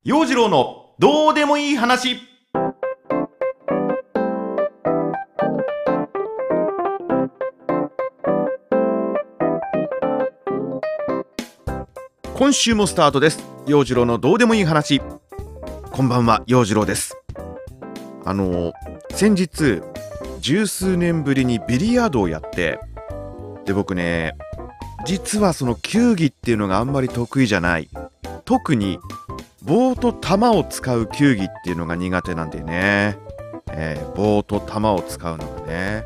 陽次郎のどうでもいい話。今週もスタートです。陽次郎のどうでもいい話。こんばんは、陽次郎です。先日十数年ぶりにビリヤードをやって、で僕ね、実はその球技っていうのがあんまり得意じゃない。特に棒と球を使う球技っていうのが苦手なんだよね。棒と球を使うのがね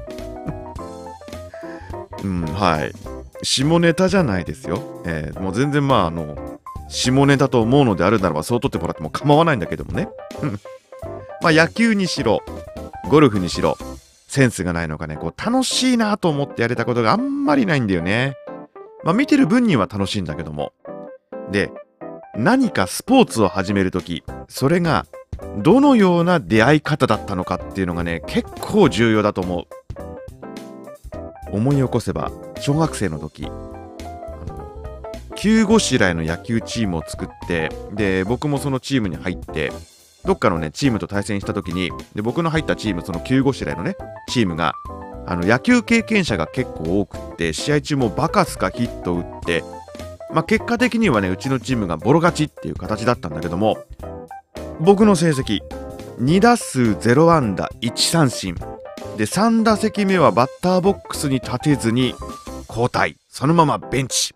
はい、下ネタじゃないですよ。もう全然下ネタと思うのであるならばそう取ってもらっても構わないんだけどもね野球にしろゴルフにしろセンスがないのがね、こう楽しいなと思ってやれたことがあんまりないんだよね。見てる分には楽しいんだけども。で、何かスポーツを始めるとき、それがどのような出会い方だったのかっていうのがね、結構重要だと思う。思い起こせば小学生の時、急ごしらえの野球チームを作って、で僕もそのチームに入って、どっかのねチームと対戦した時に、で僕の入ったチーム、その急ごしらえのねチームが野球経験者が結構多くって、試合中もバカスカヒット打って、結果的にはねうちのチームがボロ勝ちっていう形だったんだけども、僕の成績2打数0安打1三振で、3打席目はバッターボックスに立てずに交代、そのままベンチ。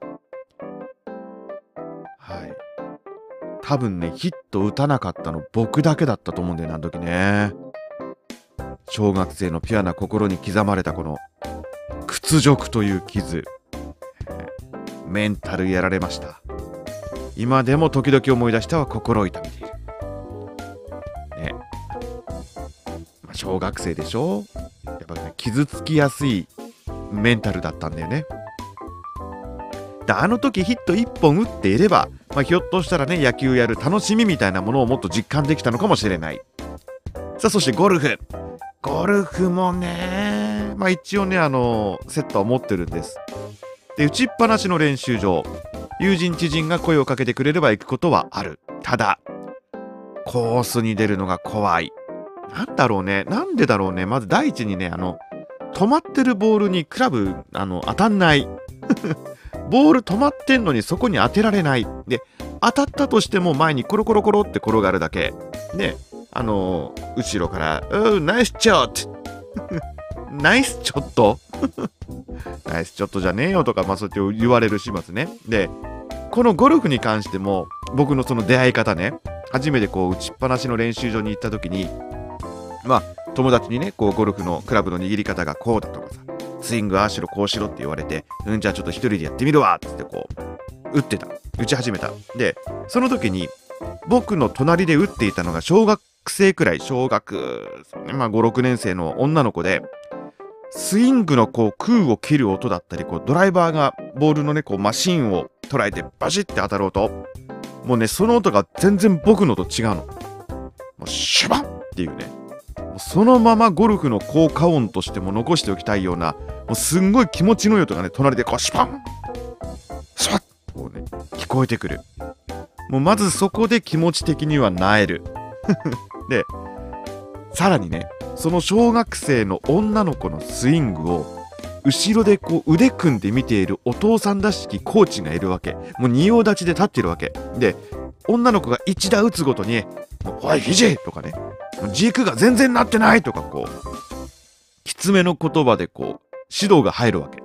多分ねヒット打たなかったの僕だけだったと思うんだよね、あの時ね。小学生のピュアな心に刻まれたこの屈辱という傷、メンタルやられました。今でも時々思い出しては心痛めているね。小学生でしょ、やっぱね傷つきやすいメンタルだったんだよね。あの時ヒット1本打っていれば、ひょっとしたらね野球やる楽しみみたいなものをもっと実感できたのかもしれない。さあ、そしてゴルフもね、一応ねセットは持ってるんです。で、打ちっぱなしの練習場、友人知人が声をかけてくれれば行くことはある。ただコースに出るのが怖い。なんでだろうね。まず第一にね、止まってるボールにクラブ当たんないボール止まってんのにそこに当てられない。で、当たったとしても前にコロコロコロって転がるだけで、後ろからナイスショットナイスショットナイスショットじゃねえよとか、そうやって言われるしますね。で、このゴルフに関しても僕のその出会い方ね、初めてこう打ちっぱなしの練習場に行った時に、友達にねこうゴルフのクラブの握り方がこうだとかさ、スイングああしろこうしろって言われて、じゃあちょっと一人でやってみるわっつってこう打ち始めた。で、その時に僕の隣で打っていたのが小学生くらい、小学5、6年生の女の子で、スイングのこう空を切る音だったり、こうドライバーがボールのねこうマシンを捉えてバシッて当たる音、もうねその音が全然僕のと違うの。もうシュバンっていうね、そのままゴルフの効果音としても残しておきたいような、もうすんごい気持ちのいい音がね隣でこうシュパンシュパッこうね聞こえてくる。もうまずそこで気持ち的にはなえるで、さらにねその小学生の女の子のスイングを後ろでこう腕組んで見ているお父さんらしきコーチがいるわけ。もう仁王立ちで立っているわけで、女の子が一打打つごとに「おい肘!」とかね、軸が全然なってないとか、こうきつめの言葉でこう指導が入るわけ。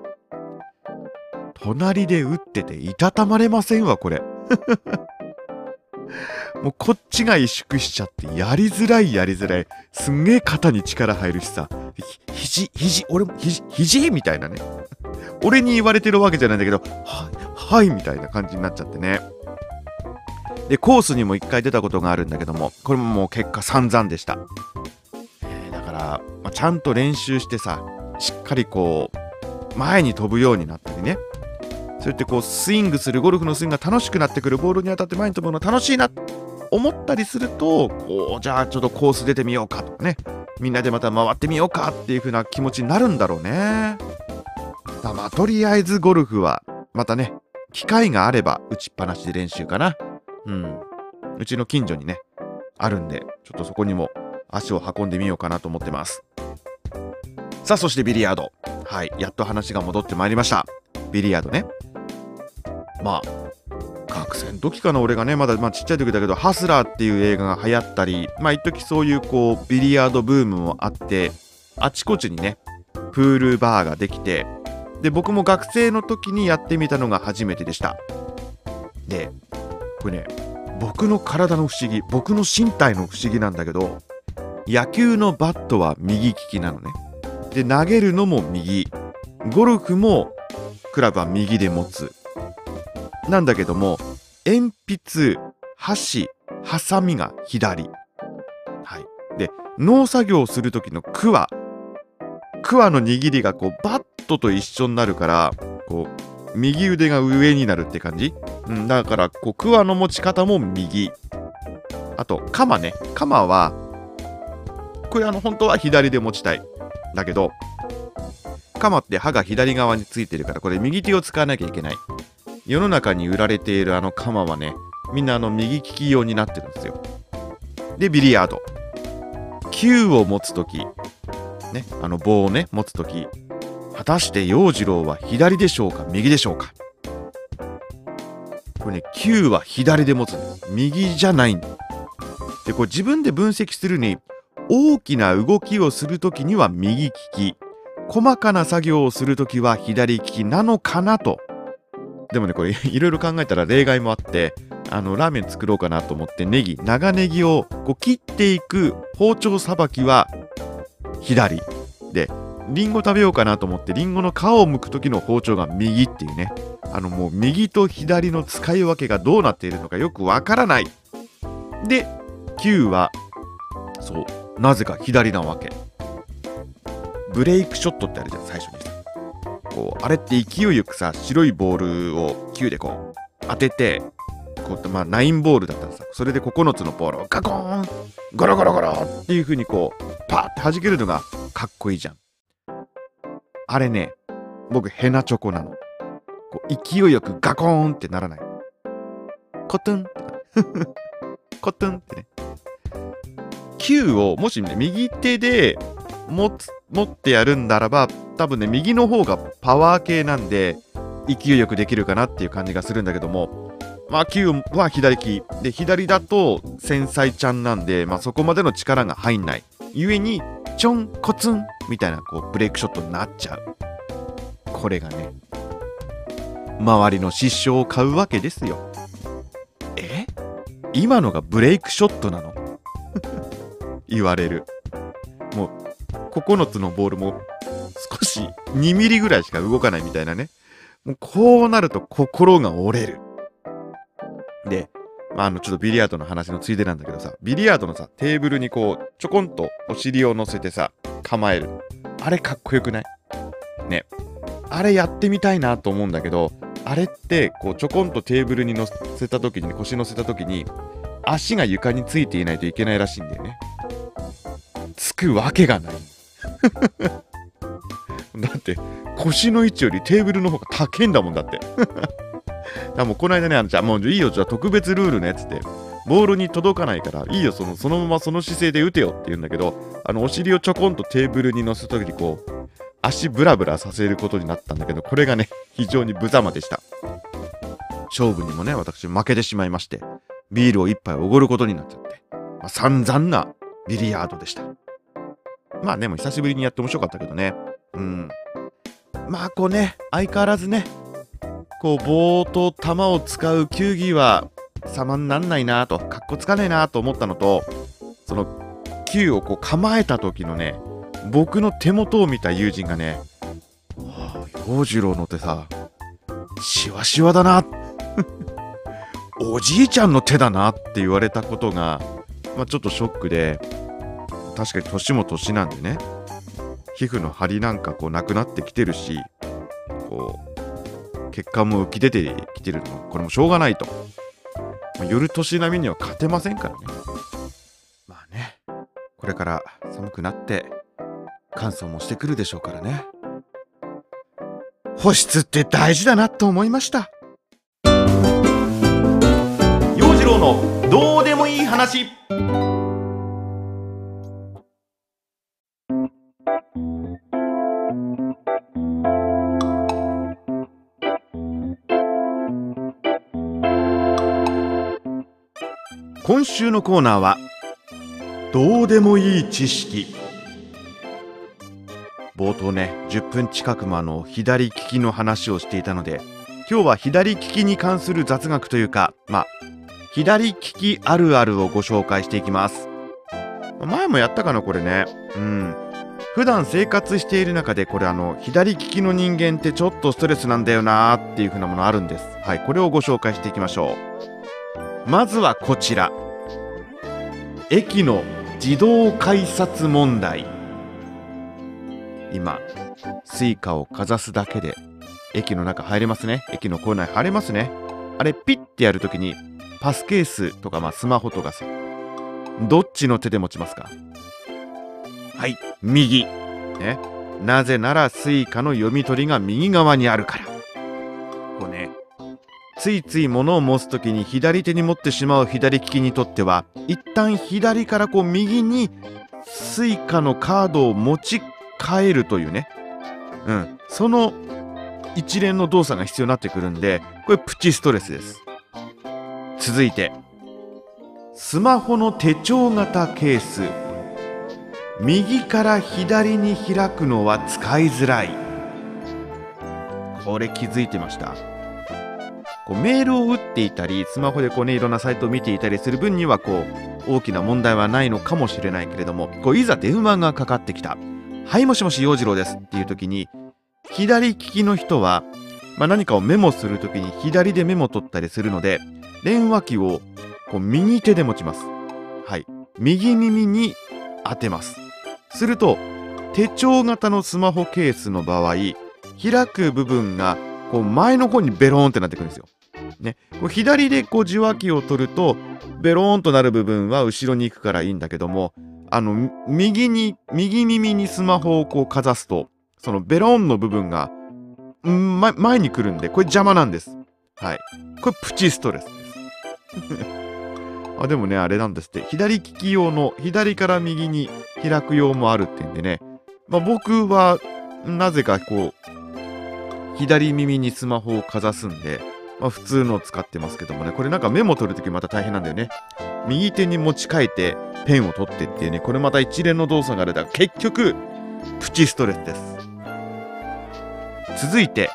隣で打ってていたたまれませんわこれもうこっちが萎縮しちゃってやりづらい。すんげえ肩に力入るしさ、肘俺も肘みたいなね俺に言われてるわけじゃないんだけど、はいみたいな感じになっちゃってね。で、コースにも一回出たことがあるんだけども、これももう結果散々でした。だから、ちゃんと練習してさ、しっかりこう前に飛ぶようになったりね、そうやってこうスイングするゴルフのスイングが楽しくなってくる、ボールに当たって前に飛ぶの楽しいな思ったりすると、こうじゃあちょっとコース出てみようかとかね、みんなでまた回ってみようかっていう風な気持ちになるんだろうね。とりあえずゴルフはまたね機会があれば打ちっぱなしで練習かな。 うちの近所にね、あるんで、ちょっとそこにも足を運んでみようかなと思ってます。さあ、そしてビリヤード。はい、やっと話が戻ってまいりました。ビリヤードね。まあ、学生の時かな、俺がね、まだちっちゃい時だけど、ハスラーっていう映画が流行ったり、一時そういうビリヤードブームもあって、あちこちにね、プールバーができて、で、僕も学生の時にやってみたのが初めてでした。で、これね、僕の体の不思議、僕の身体の不思議なんだけど、野球のバットは右利きなのね。で、投げるのも右。ゴルフもクラブは右で持つ。なんだけども、鉛筆、箸、ハサミが左。はい。で、農作業をする時のクワの握りがバットと一緒になるから、右腕が上になるって感じ。だからクワの持ち方も右。あと鎌ね。鎌はこれ本当は左で持ちたいだけど、鎌って刃が左側についてるから、これ右手を使わなきゃいけない。世の中に売られている鎌はね、みんな右利き用になってるんですよ。で、ビリヤード、球を持つときね、棒をね持つとき、果たして陽次郎は左でしょうか右でしょうか。これね、球は左で持つんです。右じゃないんだ。で、これ自分で分析するに、大きな動きをするときには右利き、細かな作業をするときは左利きなのかなと。でもね、これいろいろ考えたら例外もあって、ラーメン作ろうかなと思って、長ネギを切っていく包丁さばきは左で、リンゴ食べようかなと思って、リンゴの皮を剥く時の包丁が右っていうね、もう右と左の使い分けがどうなっているのかよくわからない。で、球はそうなぜか左なわけ。ブレイクショットってあるじゃん、最初にさ。あれって勢いよくさ、白いボールを球で当てて、9ボールだったらさ、それで9つのボールをガコーン、ゴロゴロゴロっていう風にパーって弾けるのがかっこいいじゃん。あれね、僕ヘナチョコなの。勢いよくガコーンってならない。コトゥンってコトゥンってね。球をもしね、右手で持ってやるんならば、多分ね、右の方がパワー系なんで勢いよくできるかなっていう感じがするんだけども、球は左利きで、左だと繊細ちゃんなんで、そこまでの力が入んないゆえに、ちょんコツンみたいなブレイクショットになっちゃう。これがね、周りの失笑を買うわけですよ。今のがブレイクショットなの言われる。もう9つのボールも少し2ミリぐらいしか動かないみたいなね。もうこうなると心が折れる。で、ちょっとビリヤードの話のついでなんだけどさ、ビリヤードのさ、テーブルにちょこんとお尻を乗せてさ、構える。あれかっこよくない？ね。あれやってみたいなと思うんだけど、あれってちょこんとテーブルに乗せた時に、腰乗せた時に足が床についていないといけないらしいんだよね。つくわけがないだって腰の位置よりテーブルの方が高いんだもん。だってもうこの間ね、じゃあもういいよ、じゃあ特別ルールねっつって、ボールに届かないからいいよ、そのままその姿勢で打てよって言うんだけど、お尻をちょこんとテーブルに乗せた時に足ブラブラさせることになったんだけど、これがね、非常に無様でした。勝負にもね、私負けてしまいまして、ビールを一杯おごることになっちゃって、散々なビリヤードでした。でも久しぶりにやって面白かったけどね。相変わらずね、棒と球を使う球技は様になんないなと、かっこつかねえなと思ったのと、その球を構えた時のね、僕の手元を見た友人がね、陽次郎の手さ、シワシワだなおじいちゃんの手だなって言われたことが、ちょっとショックで、確かに年も年なんでね、皮膚の張りなんかなくなってきてるし、血管も浮き出てきてるの、これもしょうがないと。夜年並みには勝てませんからね。これから寒くなって乾燥もしてくるでしょうからね。保湿って大事だなと思いました。陽次郎郎のどうでもいい話。今週のコーナーはどうでもいい知識。冒頭ね、10分近くも左利きの話をしていたので、今日は左利きに関する雑学というか、左利きあるあるをご紹介していきます。前もやったかなこれね。普段生活している中でこれ左利きの人間ってちょっとストレスなんだよなーっていう風なものあるんです。はい、これをご紹介していきましょう。まずはこちら。駅の自動改札問題。今スイカをかざすだけで駅の中入れますね。駅の構内入れますね。あれピッてやるときにパスケースとかスマホとかさ、どっちの手で持ちますか？はい、右ね。なぜならスイカの読み取りが右側にあるから。こうね、ついつい物を持つときに左手に持ってしまう左利きにとっては、一旦左から右にスイカのカードを持ち替えるというね、その一連の動作が必要になってくるんで、これプチストレスです。続いて、スマホの手帳型ケース。右から左に開くのは使いづらい。これ気づいてました？メールを打っていたり、スマホでいろんなサイトを見ていたりする分には大きな問題はないのかもしれないけれども、いざ電話がかかってきた。はい、もしもし陽次郎ですっていう時に、左利きの人は、何かをメモする時に左でメモ取ったりするので、電話機を右手で持ちます。はい、右耳に当てます。すると手帳型のスマホケースの場合、開く部分が前の方にベローンってなってくるんですよ。ね、左で受話器を取るとベローンとなる部分は後ろに行くからいいんだけども、右耳にスマホをかざすと、そのベローンの部分が、前に来るんで、これ邪魔なんです。はい。これプチストレスです。でもね、あれなんですって。左利き用の左から右に開く用もあるってんでね。僕はなぜか左耳にスマホをかざすんで、普通のを使ってますけどもね、これメモ取るときまた大変なんだよね。右手に持ち替えてペンを取ってっていうね、これまた一連の動作があるから結局プチストレスです。続いて、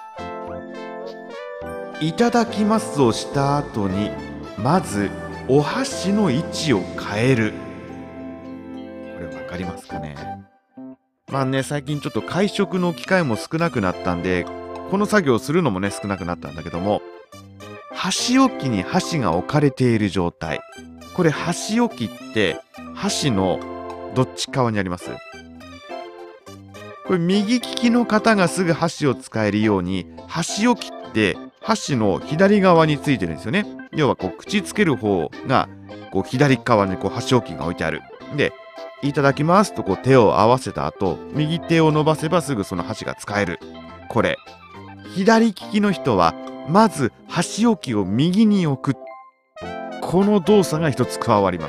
いただきますをした後にまずお箸の位置を変える。これわかりますかね？最近ちょっと会食の機会も少なくなったんで、この作業をするのもね少なくなったんだけども、箸置きに箸が置かれている状態。これ箸置きって箸のどっち側にあります？これ右利きの方がすぐ箸を使えるように、箸置きって箸の左側についてるんですよね。要は口つける方が左側に箸置きが置いてある。で、いただきますと手を合わせた後、右手を伸ばせばすぐその箸が使える。これ左利きの人はまず箸置きを右に置く。この動作が一つ加わります。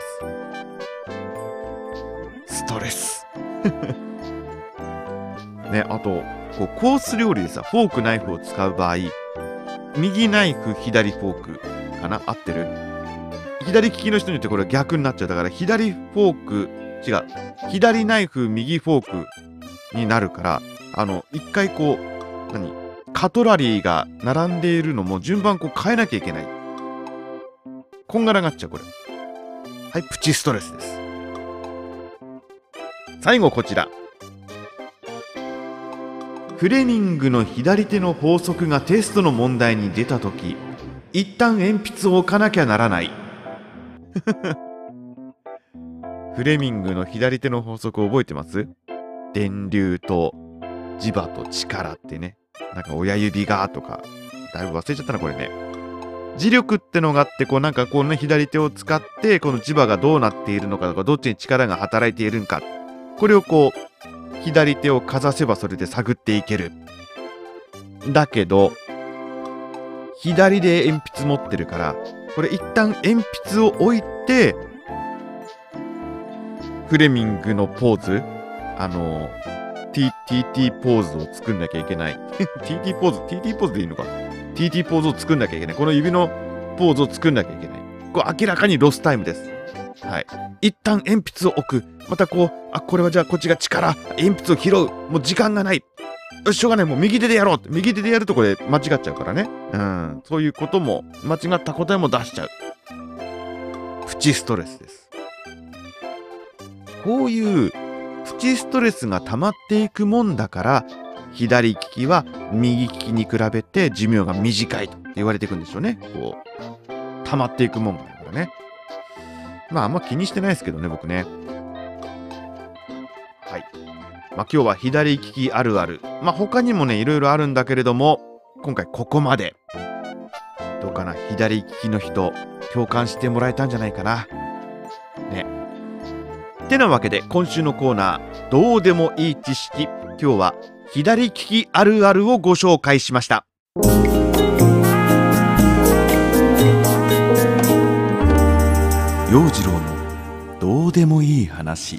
ストレスね、あとコース料理でさ、フォークナイフを使う場合、右ナイフ左フォークかな、合ってる？左利きの人によってこれ逆になっちゃう。だから左フォーク違う、左ナイフ右フォークになるから、一回カトラリーが並んでいるのも順番変えなきゃいけない。こんがらがっちゃうこれ。はい、プチストレスです。最後こちら。フレミングの左手の法則がテストの問題に出たとき、一旦鉛筆を置かなきゃならない。フレミングの左手の法則覚えてます？電流と磁場と力ってね。親指がとか、だいぶ忘れちゃったなこれね。磁力ってのがあって、左手を使ってこの磁場がどうなっているのかとか、どっちに力が働いているのか、これを左手をかざせばそれで探っていける。だけど左で鉛筆持ってるから、 これ一旦鉛筆を置いて、フレミングのポーズ、TT ポーズを作んなきゃいけない。TT ポーズでいいのか。TT ポーズを作んなきゃいけない。この指のポーズを作んなきゃいけない。これ明らかにロスタイムです。はい。一旦鉛筆を置く。またこう、これはじゃあこっちが力。鉛筆を拾う。もう時間がない。よし、しょうがない。もう右手でやろう。右手でやるとこれ間違っちゃうからね。そういうことも、間違った答えも出しちゃう。プチストレスです。こういうプチストレスが溜まっていくもんだから、左利きは右利きに比べて寿命が短いと言われていくんですよね。こう、溜まっていくもんだからね。まあ、あんま気にしてないですけどね、僕ね。はい。まあ、今日は左利きあるある。まあ、他にもね、いろいろあるんだけれども、今回ここまで。どうかな、左利きの人、共感してもらえたんじゃないかな。ね。てなわけで、今週のコーナー、どうでもいい知識。今日は左利きあるあるをご紹介しました。陽次郎のどうでもいい話。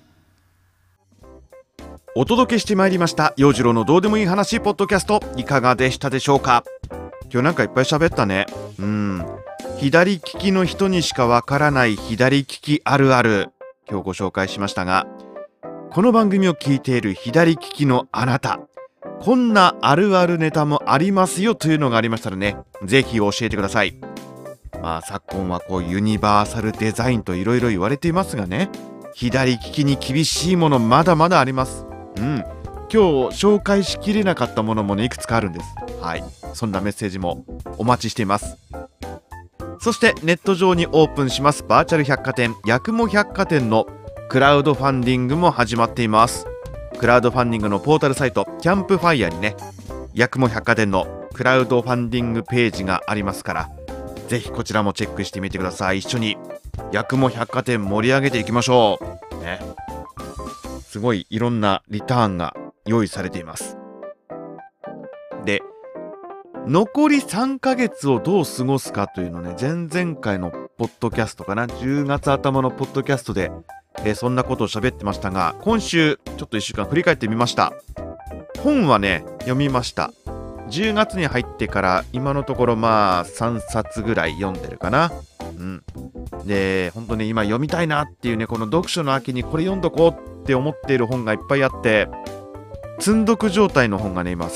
お届けしてまいりました陽次郎のどうでもいい話ポッドキャスト、いかがでしたでしょうか。今日なんかいっぱい喋ったね。左利きの人にしかわからない左利きあるある、今日ご紹介しましたが、この番組を聞いている左利きのあなた、こんなあるあるネタもありますよというのがありましたらね、ぜひ教えてください。まあ昨今はこうユニバーサルデザインといろいろ言われていますがね、左利きに厳しいものまだまだあります。今日紹介しきれなかったものもね、いくつかあるんです。はい、そんなメッセージもお待ちしています。そしてネット上にオープンしますバーチャル百貨店、八雲百貨店のクラウドファンディングも始まっています。クラウドファンディングのポータルサイトキャンプファイヤーにね、八雲百貨店のクラウドファンディングページがありますから、ぜひこちらもチェックしてみてください。一緒に八雲百貨店盛り上げていきましょうね。すごいいろんなリターンが用意されています。で、残り3ヶ月をどう過ごすかというのね、前々回のポッドキャストかな、10月頭のポッドキャストで、そんなことを喋ってましたが、今週ちょっと1週間振り返ってみました。本はね、読みました。10月に入ってから今のところまあ3冊ぐらい読んでるかな。で、本当に今読みたいなっていうね、この読書の秋にこれ読んどこうって思っている本がいっぱいあって、積読状態の本がね、今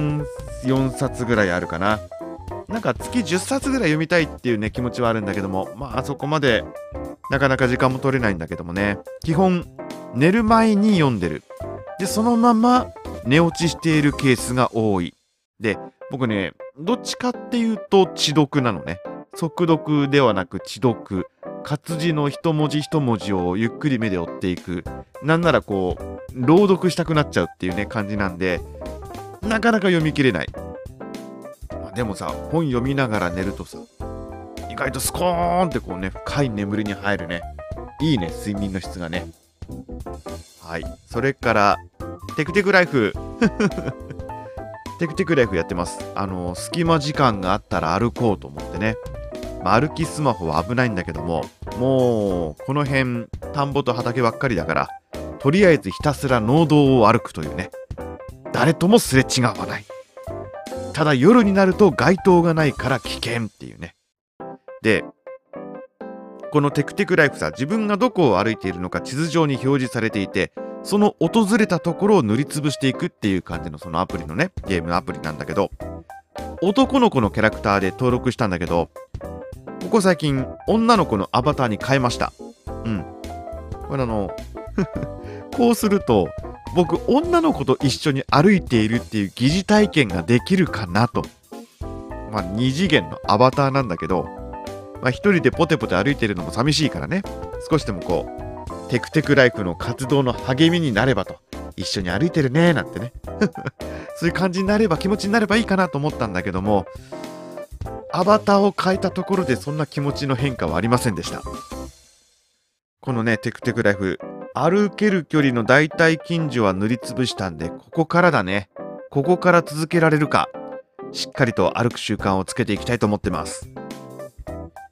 3、4冊ぐらいあるかな。なんか月10冊ぐらい読みたいっていうね、気持ちはあるんだけども、まあそこまでなかなか時間も取れないんだけどもね、基本寝る前に読んでる。で、そのまま寝落ちしているケースが多い。で、僕ね、どっちかっていうと知読なのね。速読ではなく知読。活字の一文字一文字をゆっくり目で追っていく。なんならこう、朗読したくなっちゃうっていうね、感じなんで、なかなか読み切れない。でもさ、本読みながら寝るとさ、意外とスコーンってこうね、深い眠りに入るね。いいね、睡眠の質がね。はい。それから、テクテクライフ。テクテクライフやってます。隙間時間があったら歩こうと思ってね。歩きスマホは危ないんだけども、もう、この辺、田んぼと畑ばっかりだから、とりあえずひたすら農道を歩くというね。誰ともすれ違わない。ただ夜になると街灯がないから危険っていうね。で、このテクテクライフさ、自分がどこを歩いているのか地図上に表示されていて、その訪れたところを塗りつぶしていくっていう感じのそのアプリのね、ゲームアプリなんだけど、男の子のキャラクターで登録したんだけど、ここ最近女の子のアバターに変えました。これこうすると僕女の子と一緒に歩いているっていう疑似体験ができるかなと。まあ2次元のアバターなんだけど、まあ一人でポテポテ歩いてるのも寂しいからね、少しでもこうテクテクライフの活動の励みになればと、一緒に歩いてるねーなんてねそういう感じになれば、気持ちになればいいかなと思ったんだけども、アバターを変えたところでそんな気持ちの変化はありませんでした。このね、テクテクライフ、歩ける距離のだいたい近所は塗りつぶしたんで、ここからだね。ここから続けられるか、しっかりと歩く習慣をつけていきたいと思ってます。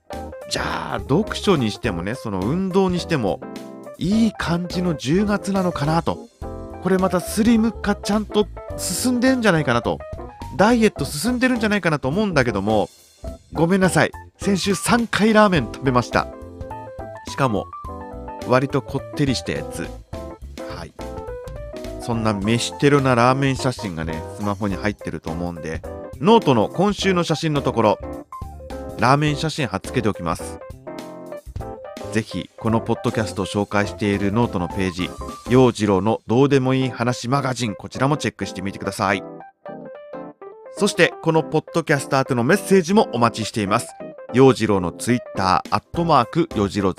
じゃあ読書にしてもね、その運動にしてもいい感じの10月なのかなと。これまたスリム化ちゃんと進んでるんじゃないかなと、ダイエット進んでるんじゃないかなと思うんだけども、ごめんなさい、先週3回ラーメン食べました。しかも割とこってりしたやつ。はい、そんな飯テロなラーメン写真がねスマホに入ってると思うんで、ノートの今週の写真のところラーメン写真貼っつけておきます。ぜひこのポッドキャストを紹介しているノートのページ、陽次郎のどうでもいい話マガジン、こちらもチェックしてみてください。そしてこのポッドキャスト宛てのメッセージもお待ちしています。陽次郎のツイッターよじろ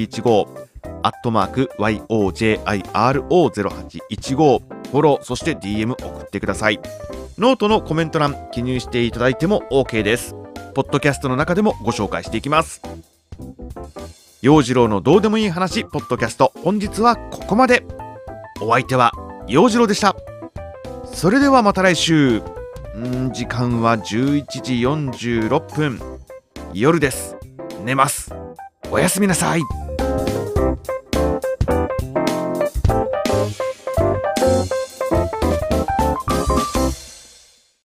0815YOJIRO0815 フォロー、そして DM 送ってください。ノートのコメント欄記入していただいても OK です。ポッドキャストの中でもご紹介していきます。陽次郎のどうでもいい話ポッドキャスト、本日はここまで。お相手は陽次郎でした。それではまた来週。時間は11時46分、夜です。寝ます。おやすみなさい。